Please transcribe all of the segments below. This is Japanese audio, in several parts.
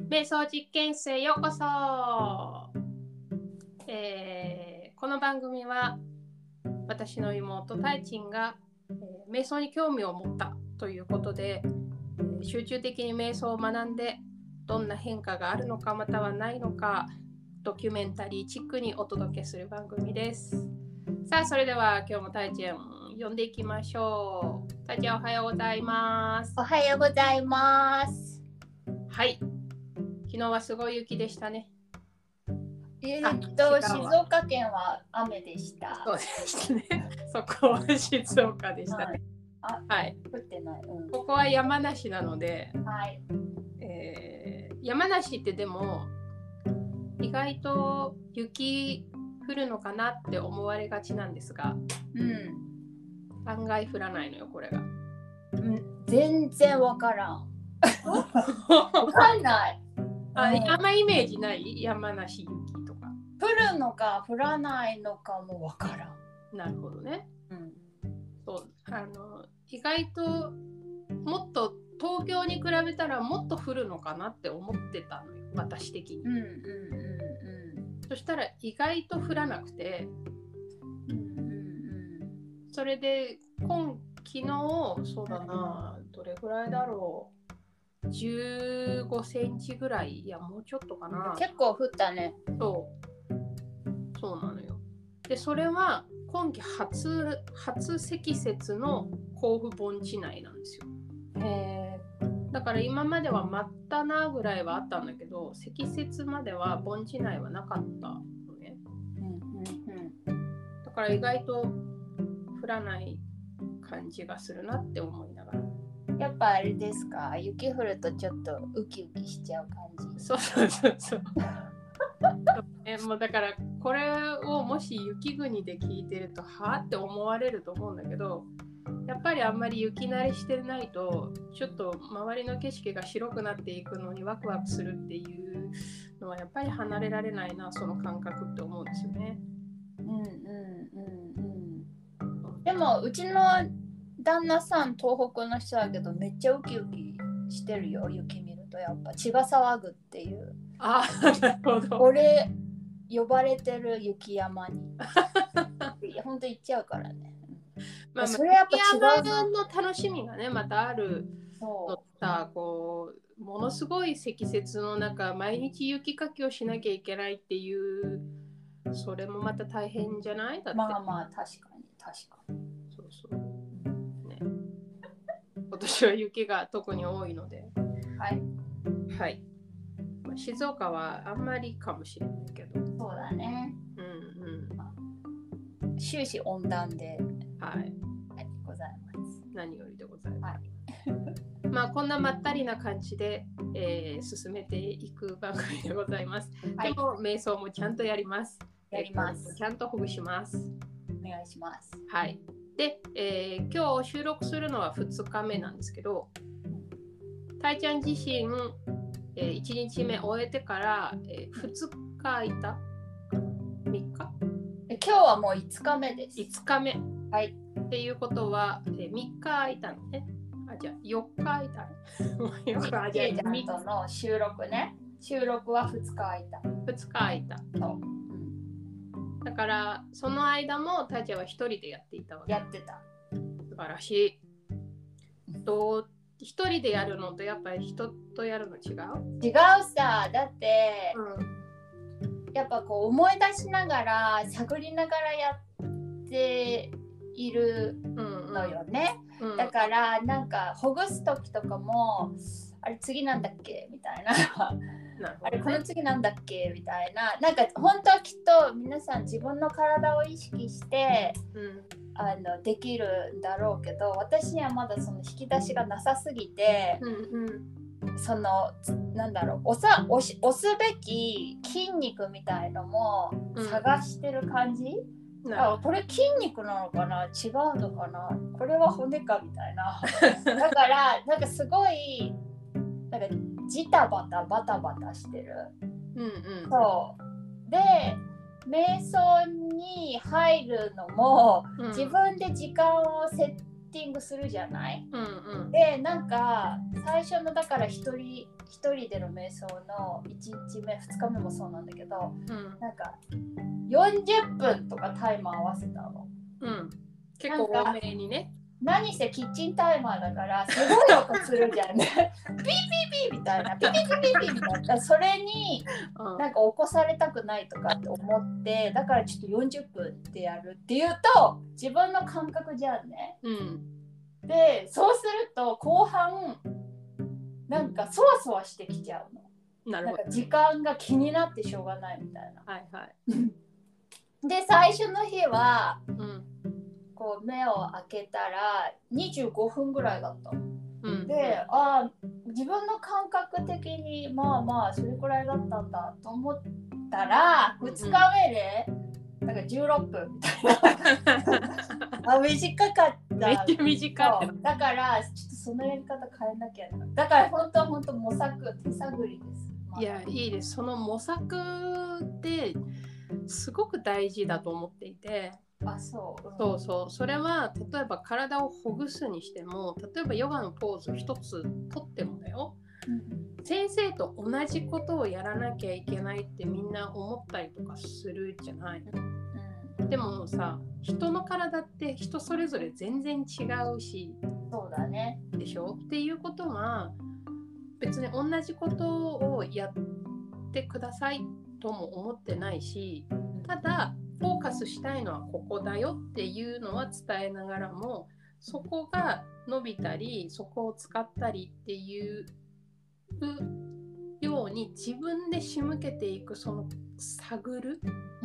瞑想実験室へようこそ、この番組は私の妹タイチンが、瞑想に興味を持ったということで、集中的に瞑想を学んでどんな変化があるのかまたはないのかドキュメンタリーチックにお届けする番組です。さあそれでは今日もタイチン呼んでいきましょう。タイチンおはようございます。 おはようございます。 はい、昨日はすごい雪でしたね。 静岡県は雨でした。 そうですね。そこは静岡でしたね。はい。 降ってない。 ここは山梨なので、 はい。 山梨ってでも意外と雪降るのかなって思われがちなんですが、案外降らないのよこれが。 全然わからん。わかんない。 あんまイメージない山梨雪とか。 降るのか降らないのかもわからん。 なるほどね。そう意外ともっと東京に比べたらもっと降るのかなって思ってたのよ私的に。そしたら意外と降らなくて、それで昨日そうだな、どれぐらいだろう、15センチぐらい、いやもうちょっとかな。 結構降ったね。 そうなのよ。でそれは今季初積雪の甲府盆地内なんですよ。だから今までは待ったなぐらいはあったんだけど、積雪までは盆地内はなかったのね。だから意外と降らない感じがするなって思いながら。 やっぱあれですか、雪降るとちょっとウキウキしちゃう感じ。 そうもうだからこれをもし雪国で聞いてるとはって思われると思うんだけど、やっぱりあんまり雪慣れしてないとちょっと周りの景色が白くなっていくのにワクワクするっていうのはやっぱり離れられないな、その感覚って思うんですよね。 でもうちの旦那さん東北の人だけどめっちゃウキウキしてるよ。雪見るとやっぱ血が騒ぐっていう。 なるほど。 俺呼ばれてる雪山に本当行っちゃうからね。 それやっぱ雪山の楽しみがねまたあるのさ、こうものすごい積雪の中毎日雪かきをしなきゃいけないっていう、それもまた大変じゃない？だってまあ確かにそうね。今年は雪が特に多いので、はい、静岡はあんまりかもしれないけど。 そうだね。終始温暖で、ございます。 何よりでございます。こんなまったりな感じで、進めていく番組でございます。でも瞑想もちゃんとやります。ちゃんとほぐします。 お願いします。 はい。で、今日収録するのは2日目なんですけど、たいちゃん自身、1日目終えてから、2日空いた ?3 日？ 今日はもう5日目です。 5日目。 はい。 っていうことは、3日空いたのね。じゃあ4日空いた。 じゃあとの収録ね。収録は2日空いた。 2日空いた。だからその間もたいちゃんは一人でやっていたわけ。 やってた。 素晴らしい。一人でやるのとやっぱり人とやるの違う？ 違うさ。だって、やっぱこう思い出しながら探りながらやっているのよね。だからなんかほぐす時とかもあれ次なんだっけみたいなあれこの次なんだっけみたいな、なんか本当はきっと皆さん自分の体を意識して、できるんだろうけど、私にはまだその引き出しがなさすぎて、そのなんだろう、押すべき筋肉みたいのも探してる感じ、これ筋肉なのかな、違うのかな、これは骨かみたいなだからなんかすごいなんかジタバタしてる。そうで瞑想に入るのも、自分で時間を設ティングするじゃない、 うんうん、 でなんか最初のだから一人での瞑想の1日目2日目もそうなんだけど、なんか40分とかタイマー合わせたの、 結構多めにね。 何せキッチンタイマーだからすごい音するじゃんねピーピーピーみたいなピーピーピーピーピーみたいな、それになんか起こされたくないとかって思って、だからちょっと40分ってやるっていうと自分の感覚じゃんね、でそうすると後半なんかそわそわしてきちゃうの。 なるほど。 なんか時間が気になってしょうがないみたいな。 はいはい。 で最初の日は、こう目を開けたら25分ぐらいだったの。で、自分の感覚的にまあまあそれくらいだったんだと思ったら、2日目でなんか16分みたいな短かった。 めっちゃ短かった。 だからちょっとそのやり方変えなきゃな。だから本当模索手探りです。 いやいいです。その模索ってすごく大事だと思っていて。そうそう。それは例えば体をほぐすにしても、例えばヨガのポーズ一つとってもだよ、先生と同じことをやらなきゃいけないってみんな思ったりとかするじゃない、でもさ、人の体って人それぞれ全然違うし、 そうだね。 でしょっていうことは別に同じことをやってくださいとも思ってないし、ただフォーカスしたいのはここだよっていうのは伝えながらも、そこが伸びたりそこを使ったりっていうように自分で仕向けていく、その探る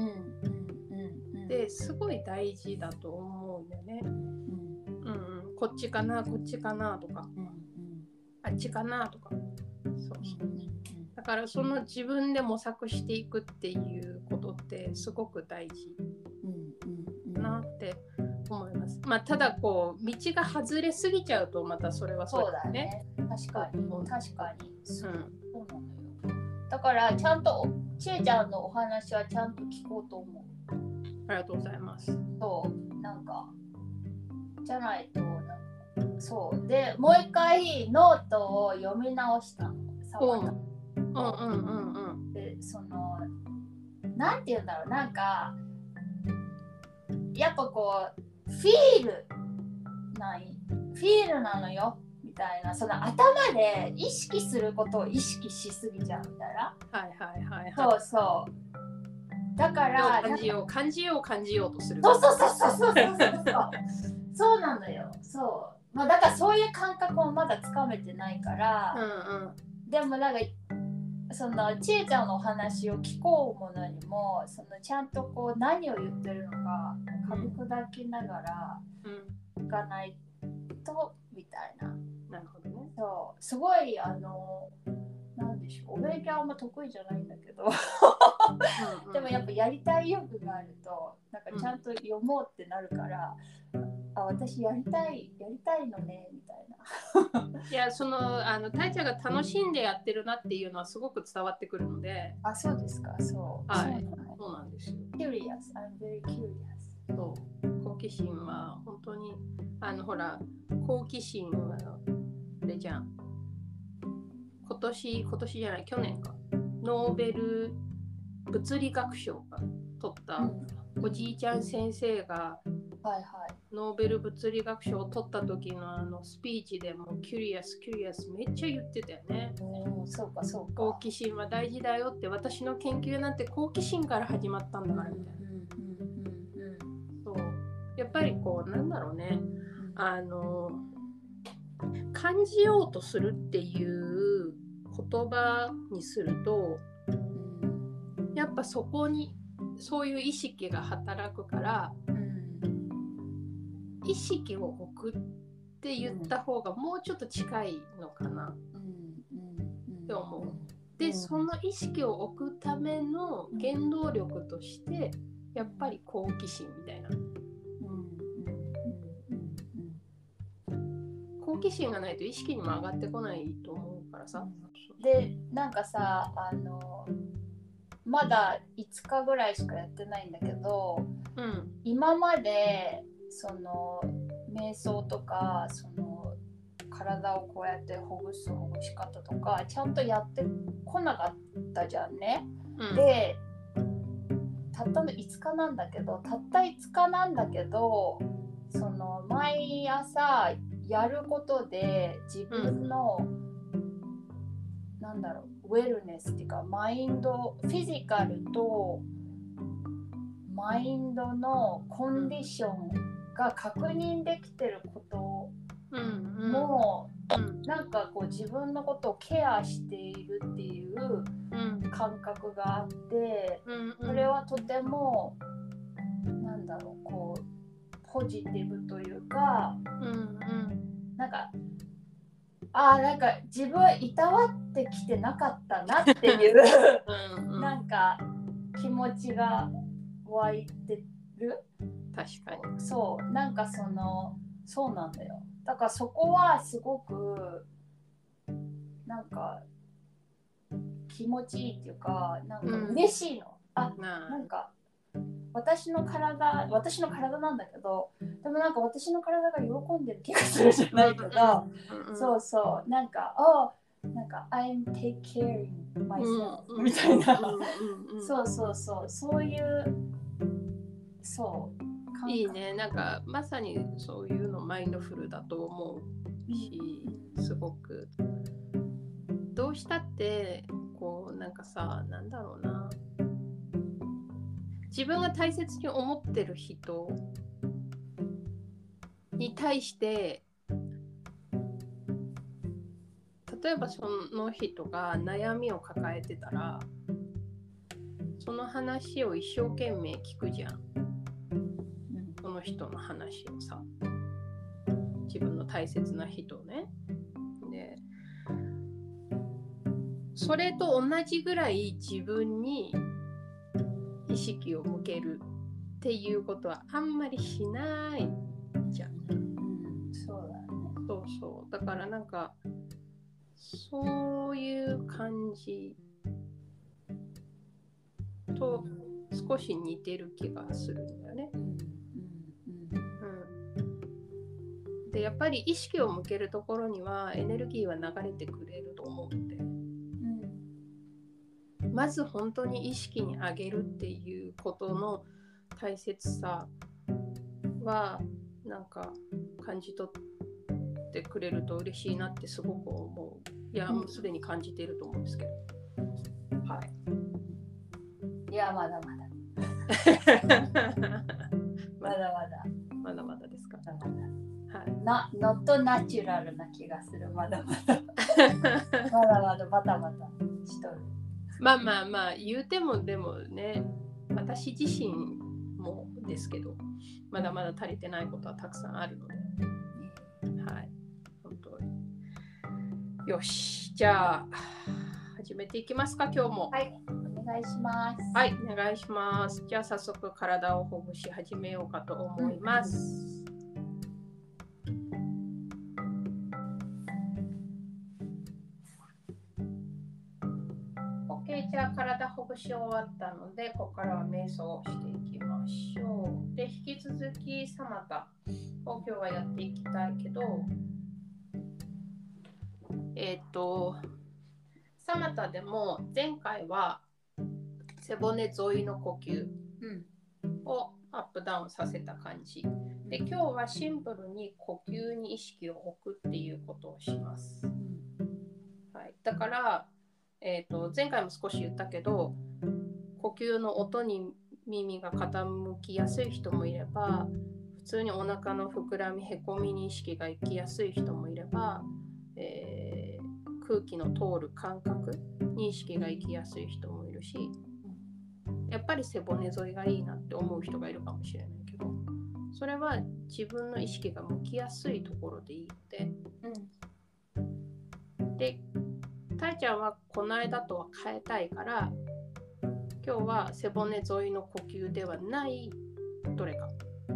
ですごい大事だと思うんだよね。こっちかなこっちかなとか、あっちかなとか、そうだからその自分で模索していくっていうことってすごく大事だなって思います。まあただこう道が外れすぎちゃうとまたそれはそうだね。確かにそうなのよ。だからちゃんとちえちゃんのお話はちゃんと聞こうと思う。 ありがとうございます。 そうなんかじゃないとそうでもう一回ノートを読み直したの。でそのなんて言うんだろう、なんかやっぱこうフィールなのよみたいな、その頭で意識することを意識しすぎちゃうみたいな。そうそう。だから感じようとする。 そうなのよ。そう。まあだからそういう感覚をまだつかめてないから。でもなんかそのちえちゃんのお話を聞こうものにも、そのちゃんとこう何を言ってるのか噛み砕きながらいかないとみたいな。 なるほどね。 そうすごいなんでしょう、お勉強あんま得意じゃないんだけどでもやっぱやりたい欲があるとなんかちゃんと読もうってなるから、私やりたいのねみたいな。 いや、そのたいちゃんが楽しんでやってるなっていうのはすごく伝わってくるので。 そうですか。そうなんですよ。 Curious, I'm very curious。 そう、好奇心は本当にほら、好奇心はあれじゃん、今年じゃない去年か、ノーベル物理学賞が取った、おじいちゃん先生がノーベル物理学賞を取った時のスピーチでもキュリアスめっちゃ言ってたよね。 そうか好奇心は大事だよって、私の研究なんて好奇心から始まったんだからみたいな。そうやっぱりこうなんだろうね、感じようとするっていう言葉にすると、やっぱそこにそういう意識が働くから、意識を置くって言った方がもうちょっと近いのかなって思う。で、その意識を置くための原動力としてやっぱり好奇心みたいな。好奇心がないと意識にも上がってこないと思うからさ。 で、なんかさ、まだ5日ぐらいしかやってないんだけど、今までその瞑想とかその体をこうやってほぐすほぐし方とかちゃんとやってこなかったじゃんね。でたったの5日なんだけどその毎朝やることで自分の、なんだろうウェルネスっていうかマインドフィジカルとマインドのコンディションが確認できてることも、なんかこう自分のことをケアしているっていう感覚があって、それはとてもなんだろうこうポジティブというか、なんかなんか自分いたわってきてなかったなっていうなんか気持ちが湧いてる。 確かにそうなんかそうなんだよ。だからそこはすごくなんか気持ちいいっていうかなんか嬉しいの。なんか私の体なんだけど、でもなんか私の体が喜んでる気がするじゃないけど、そうそうなんかなんか I'm take caring myself みたいな、そういうそういいね。なんかまさにそういうのマインドフルだと思うし、すごくどうしたってこうなんかさ、なんだろうな、自分が大切に思ってる人に対して例えばその人が悩みを抱えてたらその話を一生懸命聞くじゃん、その人の話をさ、自分の大切な人ね。でそれと同じぐらい自分に意識を向けるっていうことはあんまりしないじゃん。 そうだね。 そうだからなんかそういう感じと少し似てる気がするんだよね。でやっぱり意識を向けるところにはエネルギーは流れてくれると思うので、まず本当に意識に上げるっていうことの大切さはなんか感じ取ってくれると嬉しいなってすごく思う。いやもうすでに感じていると思うんですけど、はい。 いやまだまだまだまだですか。 はい。not natural な気がする。まだまだバタバタしとる。 まあ言うてもでもね、私自身もですけどまだまだ足りてないことはたくさんあるので、はい、本当に。よし、じゃあ始めていきますか、今日も。 はい、お願いします。 はい、お願いします。じゃあ早速体をほぐし始めようかと思います。OK、じゃあ体ほぐし終わったので、ここからは瞑想をしていきましょう。で、引き続きサマタを今日はやっていきたいけど、サマタでも前回は背骨沿いの呼吸をアップダウンさせた感じで、今日はシンプルに呼吸に意識を置くっていうことをします、はい、だから、前回も少し言ったけど呼吸の音に耳が傾きやすい人もいれば、普通にお腹の膨らみへこみに意識が行きやすい人もいれば、空気の通る感覚に意識が行きやすい人もいるし、やっぱり背骨沿いがいいなって思う人がいるかもしれないけど、それは自分の意識が向きやすいところでいいので、で、たいちゃんはこの間とは変えたいから、今日は背骨沿いの呼吸ではないどれか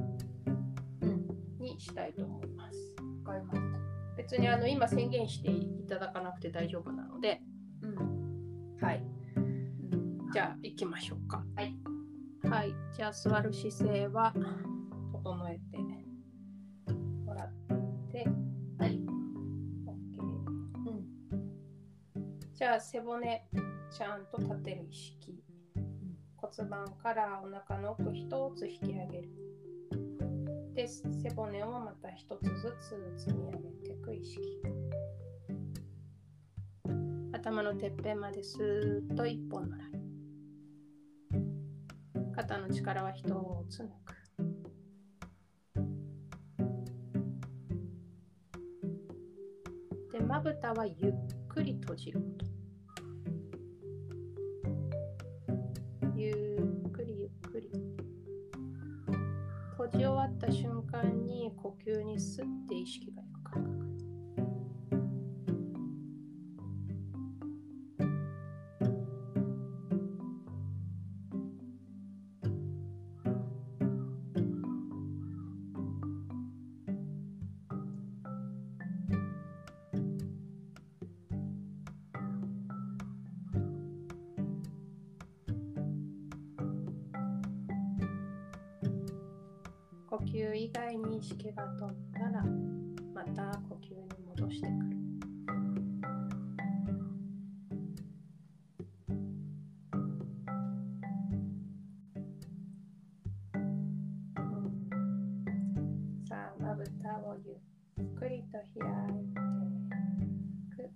にしたいと思います。 わかりました。 別に今宣言していただかなくて大丈夫なので、はい。じゃあ行きましょうか。はい。じゃあ座る姿勢は整えてじゃあ背骨ちゃんと立てる意識、骨盤からお腹の奥一つ引き上げる。で、背骨をまた一つずつ積み上げていく意識。頭のてっぺんまでスーッと一本のライン。肩の力は一つ抜く。で、まぶたはゆっくり閉じること。ゆっくりゆっくり。閉じ終わった瞬間に呼吸にスッて意識がいく感覚。呼吸以外に意識が飛んだらまた呼吸に戻してくる。さあ、まぶたをゆっくりと開いていく。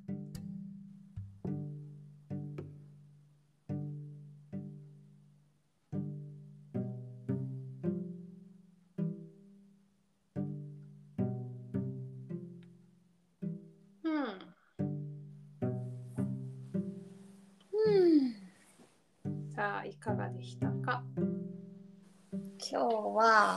さあ、いかがでしたか？ 今日は、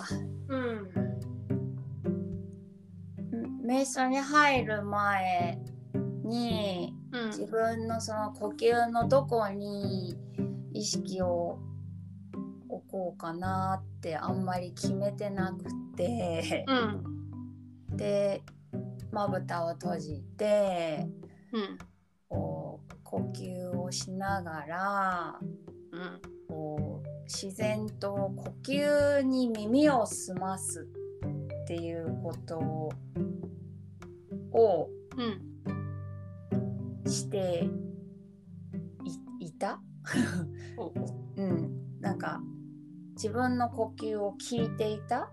瞑想に入る前に、自分のその呼吸のどこに意識を置こうかなってあんまり決めてなくて、でまぶたを閉じて、こう呼吸をしながら、こう自然と呼吸に耳を澄ますっていうことをしていたなんか自分の呼吸を聞いていた、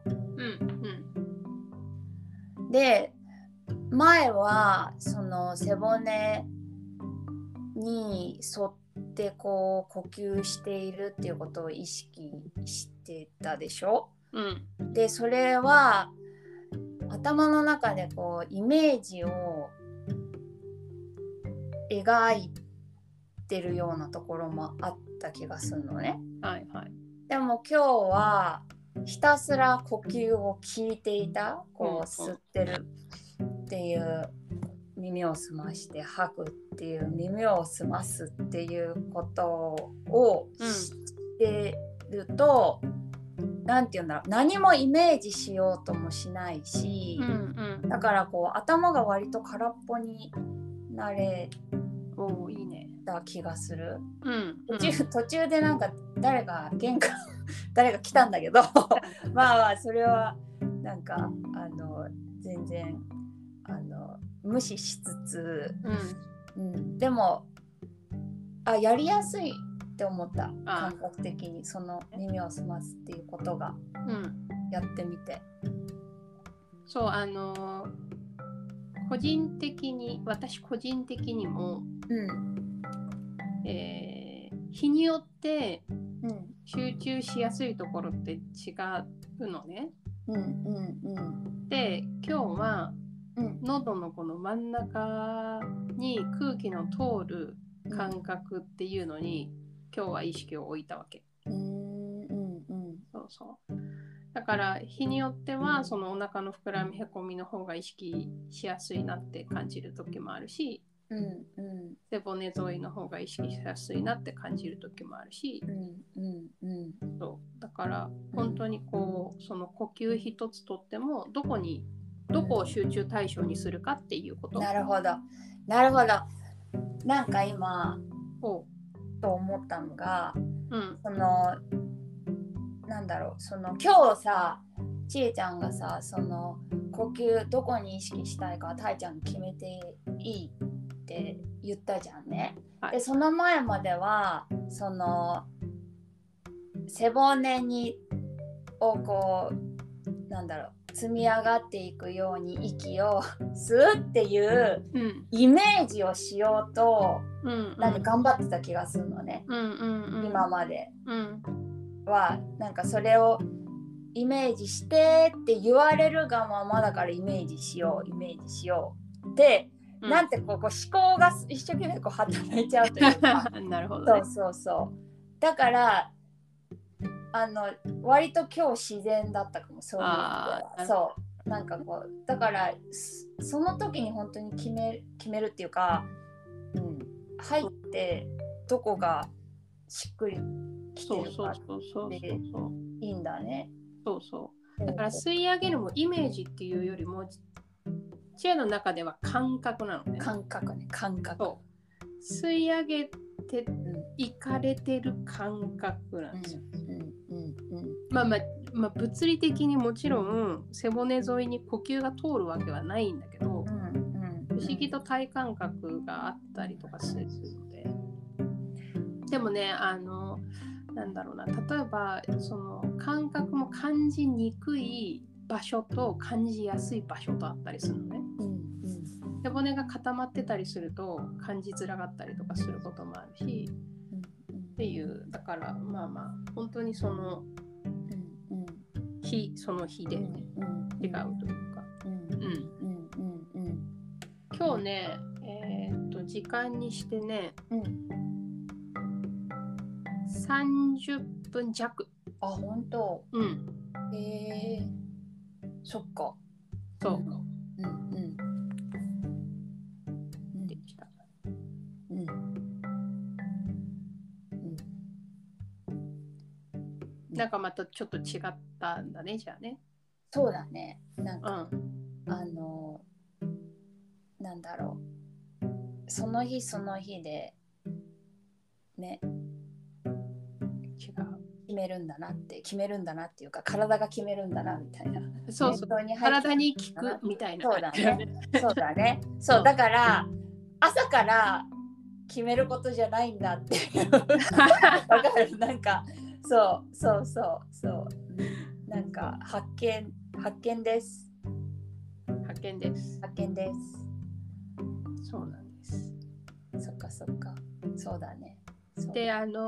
で前はその背骨に沿ってこう呼吸しているっていうことを意識してたでしょ、でそれは頭の中でこうイメージを描いてるようなところもあった気がするのね、でも今日はひたすら呼吸を聞いていた。こう吸ってるっていう耳を澄まして吐くっていう耳を澄ますっていうことをしてると、なんていうんだろう、何もイメージしようともしないし、だからこう頭が割と空っぽになれた気がする。途中でなんか誰が来たんだけどまあそれはなんか全然無視しつつ、でもやりやすいって思った。感覚的にその耳を澄ますっていうことが、やってみて。 そう、私個人的にも、日によって集中しやすいところって違うのね。で、今日は喉のこの真ん中に空気の通る感覚っていうのに、今日は意識を置いたわけ。そうそう。だから日によってはそのお腹の膨らみへこみの方が意識しやすいなって感じる時もあるし、背骨沿いの方が意識しやすいなって感じる時もあるし、そうだから本当にこうその呼吸一つとってもどこを集中対象にするかっていうこと。 なるほどなんか今と思ったのが、そのなんだろう、その今日さちえちゃんがさ、その呼吸どこに意識したいかたいちゃんに決めていいってって言ったじゃんね。 はい、 でその前まではその背骨にをこうなんだろう積み上がっていくように息を吸うっていうイメージをしようと、なんか頑張ってた気がするのね、今までは。なんかそれをイメージしてって言われるがままだからイメージしようで、なんてこう思考が一生懸命こう働いちゃうというかなるほど、ね、 そうだから割と今日自然だったかも、そういう意味では。そうなんかこうだからその時に本当に決めるっていうか、入ってどこがしっくりきてるかでいいんだね。 そうだから吸い上げるもイメージっていうよりもチェアの中では感覚なのね。 感覚。 吸い上げていかれてる感覚なんですよ。まあ物理的にもちろん背骨沿いに呼吸が通るわけはないんだけど、不思議と体感覚があったりとかするので。でもね、なんだろうな、例えばその感覚も感じにくい場所と感じやすい場所とあったりするのね。背骨が固まってたりすると感じづらかったりとかすることもあるし、っていう、だからまあ本当にそのその日で、ね、違うというか、今日ね、時間にしてね、30分弱。 あ、本当。そっか。 そう。できた。なんかまたちょっと違ったんだね、じゃあね。 そうだね。なんか、なんだろう。その日その日でね。決めるんだなっていうか、体が決めるんだなみたいな。 そう体に効くみたいな。 そうだね。そうだから朝から決めることじゃないんだってわかる。なんかそうなんか発見です。そうなんです。そっかそうだね。 で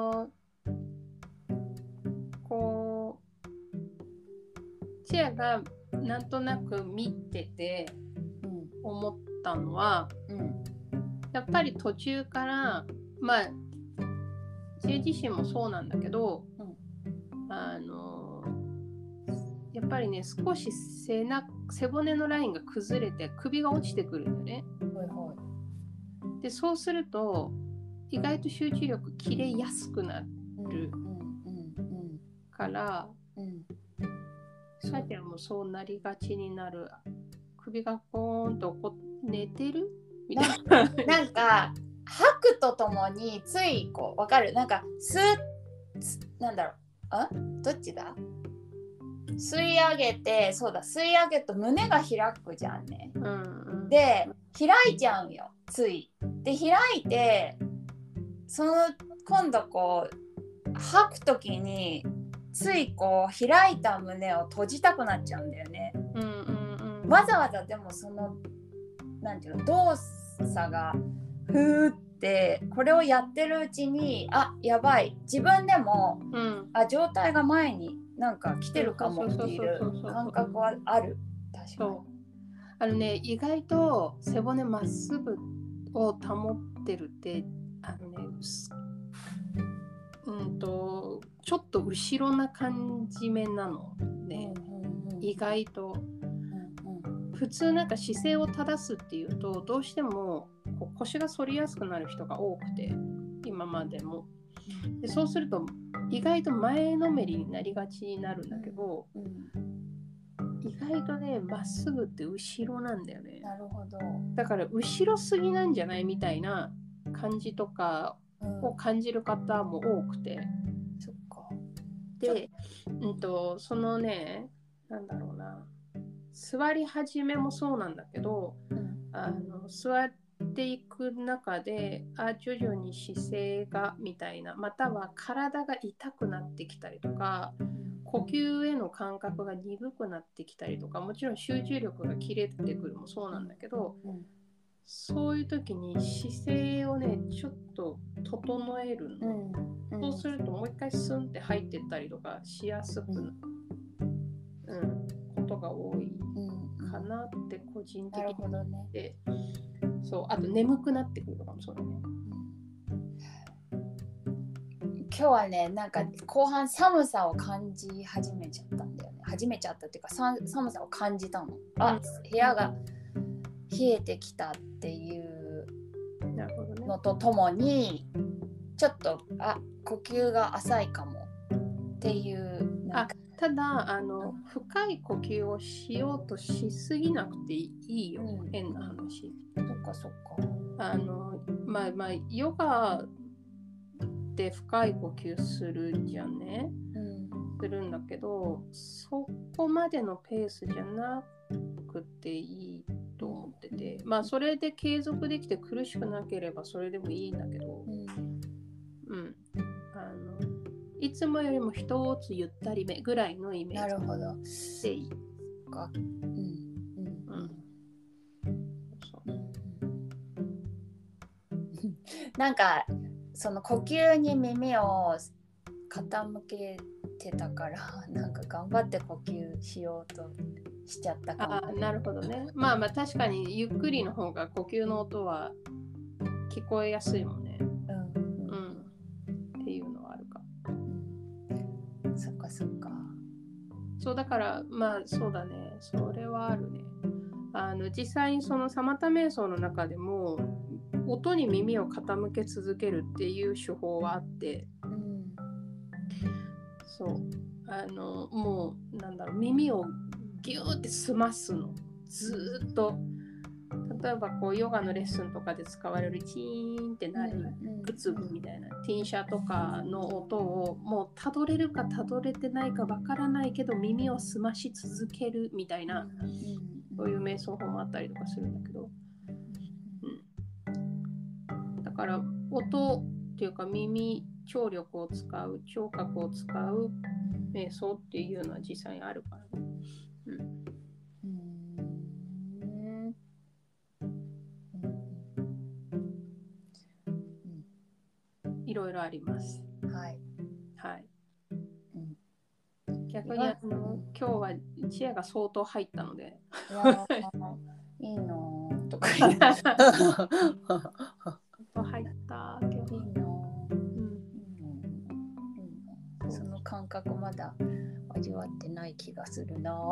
こうチェアがなんとなく見てて思ったのは、やっぱり途中からまあチェア自身もそうなんだけど、やっぱりね少し背骨のラインが崩れて首が落ちてくるんだよね。でそうすると意外と集中力切れやすくなるから、さてはもうそうなりがちになる。首がポーンと寝てるみたいな。 なんか吐くとともについこう分かる。なんかなんだろう。どっちだ？吸い上げて、そうだ、吸い上げると胸が開くじゃんね。で開いちゃうよ、つい。で開いて今度こう吐くときについこう開いた胸を閉じたくなっちゃうんだよね。わざわざでもそのなんていうの動作がふーってこれをやってるうちにやばい、自分でも、状態が前になんか来てるかもっていう感覚はある。確かに。 意外と背骨まっすぐを保ってるってちょっと後ろな感じ目なので、意外と、普通なんか姿勢を正すっていうとどうしてもこう腰が反りやすくなる人が多くて、今までもでそうすると意外と前のめりになりがちになるんだけど、意外とねまっすぐって後ろなんだよね。 なるほど。 だから後ろすぎなんじゃないみたいな感じとかを感じる方も多くて、 そっか。 で、そのね、なんだろうな、座り始めもそうなんだけど、座っっていく中で徐々に姿勢がみたいな、または体が痛くなってきたりとか、呼吸への感覚が鈍くなってきたりとか、もちろん集中力が切れてくるもそうなんだけど、そういう時に姿勢をねちょっと整えるの、そうするともう一回スンって入ってったりとかしやすくなる、ことが多いかなって個人的に思って、そう、あと眠くなってくるとかもそうだね。 今日はね、なんか後半寒さを感じ始めちゃったんだよね。始めちゃったっていうか寒さを感じたの。部屋が冷えてきたっていうのとともに、ちょっと呼吸が浅いかもっていう。 ただ深い呼吸をしようとしすぎなくていいよ、変な話。 そっか。 ヨガで深い呼吸するじゃんね、するんだけど、そこまでのペースじゃなくていいと思ってて、それで継続できて苦しくなければそれでもいいんだけど、いつもよりも一つゆったりめぐらいのイメージでいい。 なんかその呼吸に耳を傾けてたからなんか頑張って呼吸しようとしちゃったかも。 なるほどね。確かにゆっくりの方が呼吸の音は聞こえやすいもんね。っていうのはあるか。 そっか。 そうだからそうだね。それはあるね。実際にそのサマタ瞑想の中でも音に耳を傾け続けるっていう手法はあって、そうもう耳をギューって澄ますの、ずっと。例えばヨガのレッスンとかで使われるチーンってなる仏具みたいな、ティンシャとかの音をもうたどれるかたどれてないかわからないけど耳を澄まし続けるみたいな、そういう瞑想法もあったりとかするんだけど、だから音っていうか耳、聴力を使う、聴覚を使う瞑想っていうのは実際にあるからね。いろいろあります。はい。逆に今日は知恵が相当入ったので。 いいのとか言って。相当入った今日。 いいの。その感覚まだ味わってない気がするな。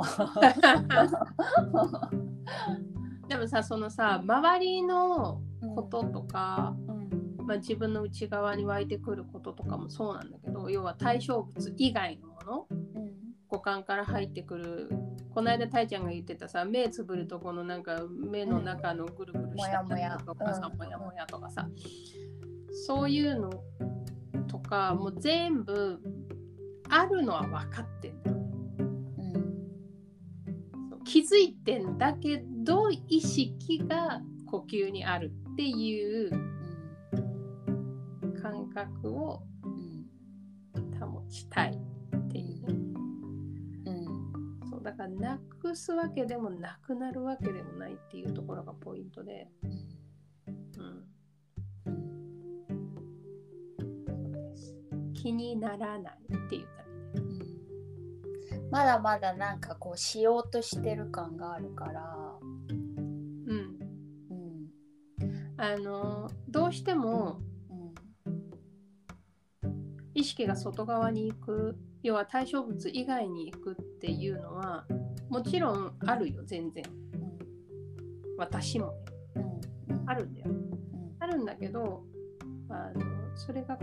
でもさ、そのさ、周りのこととか、自分の内側に湧いてくることとかもそうなんだけど、要は対象物以外のもの、五感から入ってくる。この間たいちゃんが言ってたさ、目つぶるとこのなんか目の中のぐるぐるしたやつとかさ、もやもやとかさ、そういうのとかもう全部あるのは分かってんだよ。気づいてんだけど意識が呼吸にあるっていう感覚を保ちたいっていうね。そうだからなくすわけでもなくなるわけでもないっていうところがポイントで、そうです。気にならないって言ったらまだまだなんかしようとしてる感があるから、 どうしても、意識が外側に行く、要は対象物以外に行くっていうのはもちろんあるよ、全然。私もね、あるんだよ。あるんだけど、それが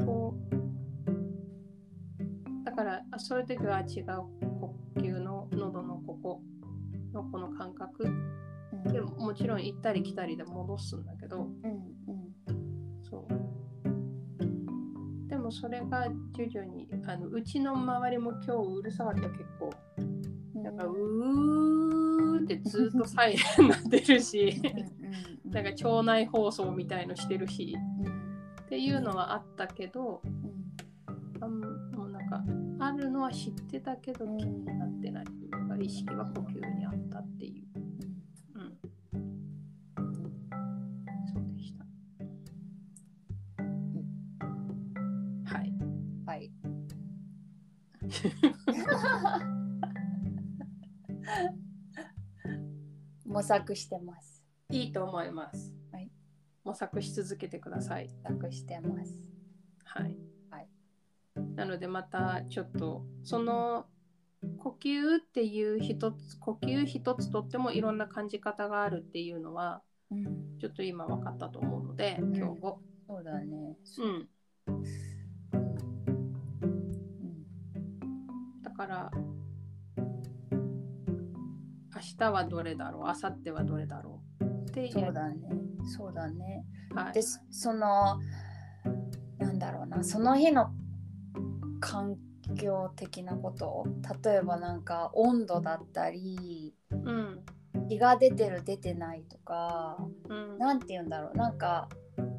だからそういう時は違う呼吸の喉のここのこの感覚でもちろん行ったり来たりで戻すんだけど、そうでもそれが徐々にうちの周りも今日うるさかった。結構なんかうーってずっとサイレンになってるしなんか腸内放送みたいのしてるし、っていうのはあったけど、もうなんかあるのは知ってたけど気になってないというか、意識は呼吸にあったっていう、そうでした。はいはい模索してます。 いいと思います。 はい、 模索し続けてください。 模索してます。 はい。はい、なのでまたちょっとその呼吸っていう呼吸一つとってもいろんな感じ方があるっていうのは、ちょっと今分かったと思うので、今日も。 そうだね。 だから明日はどれだろう、明後日はどれだろうってそうだね。そうだね。 はい、 でそのなんだろうな、その日の環境的なこと、例えばなんか温度だったり、日が出てる出てないとか、なんて言うんだろう、なんか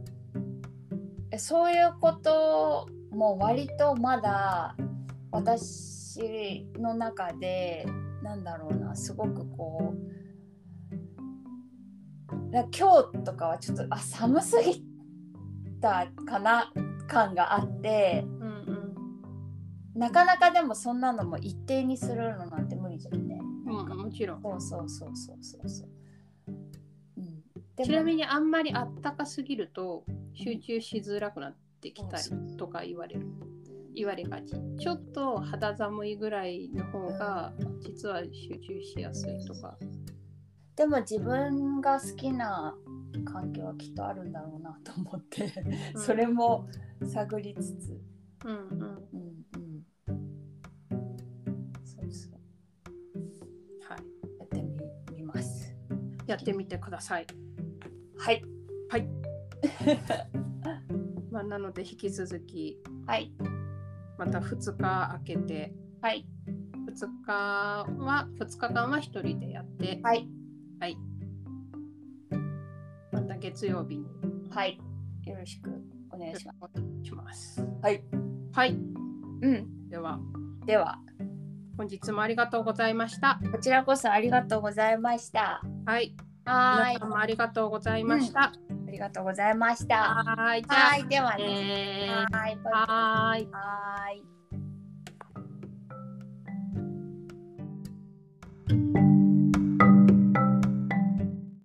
そういうことも割とまだ私の中でなんだろうな、すごくこう今日とかはちょっと寒すぎたかな感があって、なかなかでもそんなのも一定にするのなんて無理じゃんね。 もちろん。 そう。 ちなみにあんまりあったかすぎると集中しづらくなってきたりとか言われがち。ちょっと肌寒いぐらいの方が実は集中しやすいとか。 でも自分が好きな環境はきっとあるんだろうなと思って、それも探りつつ、 はい、 やってみます。 やってみてください。 はいまあ、なので引き続き、また2日空けて、2日間は1人でやって、また月曜日に、 よろしくお願いします。 では本日もありがとうございました。 こちらこそありがとうございました。 皆さんもありがとうございました。 ありがとうございました。 はい、 ではね。 はい。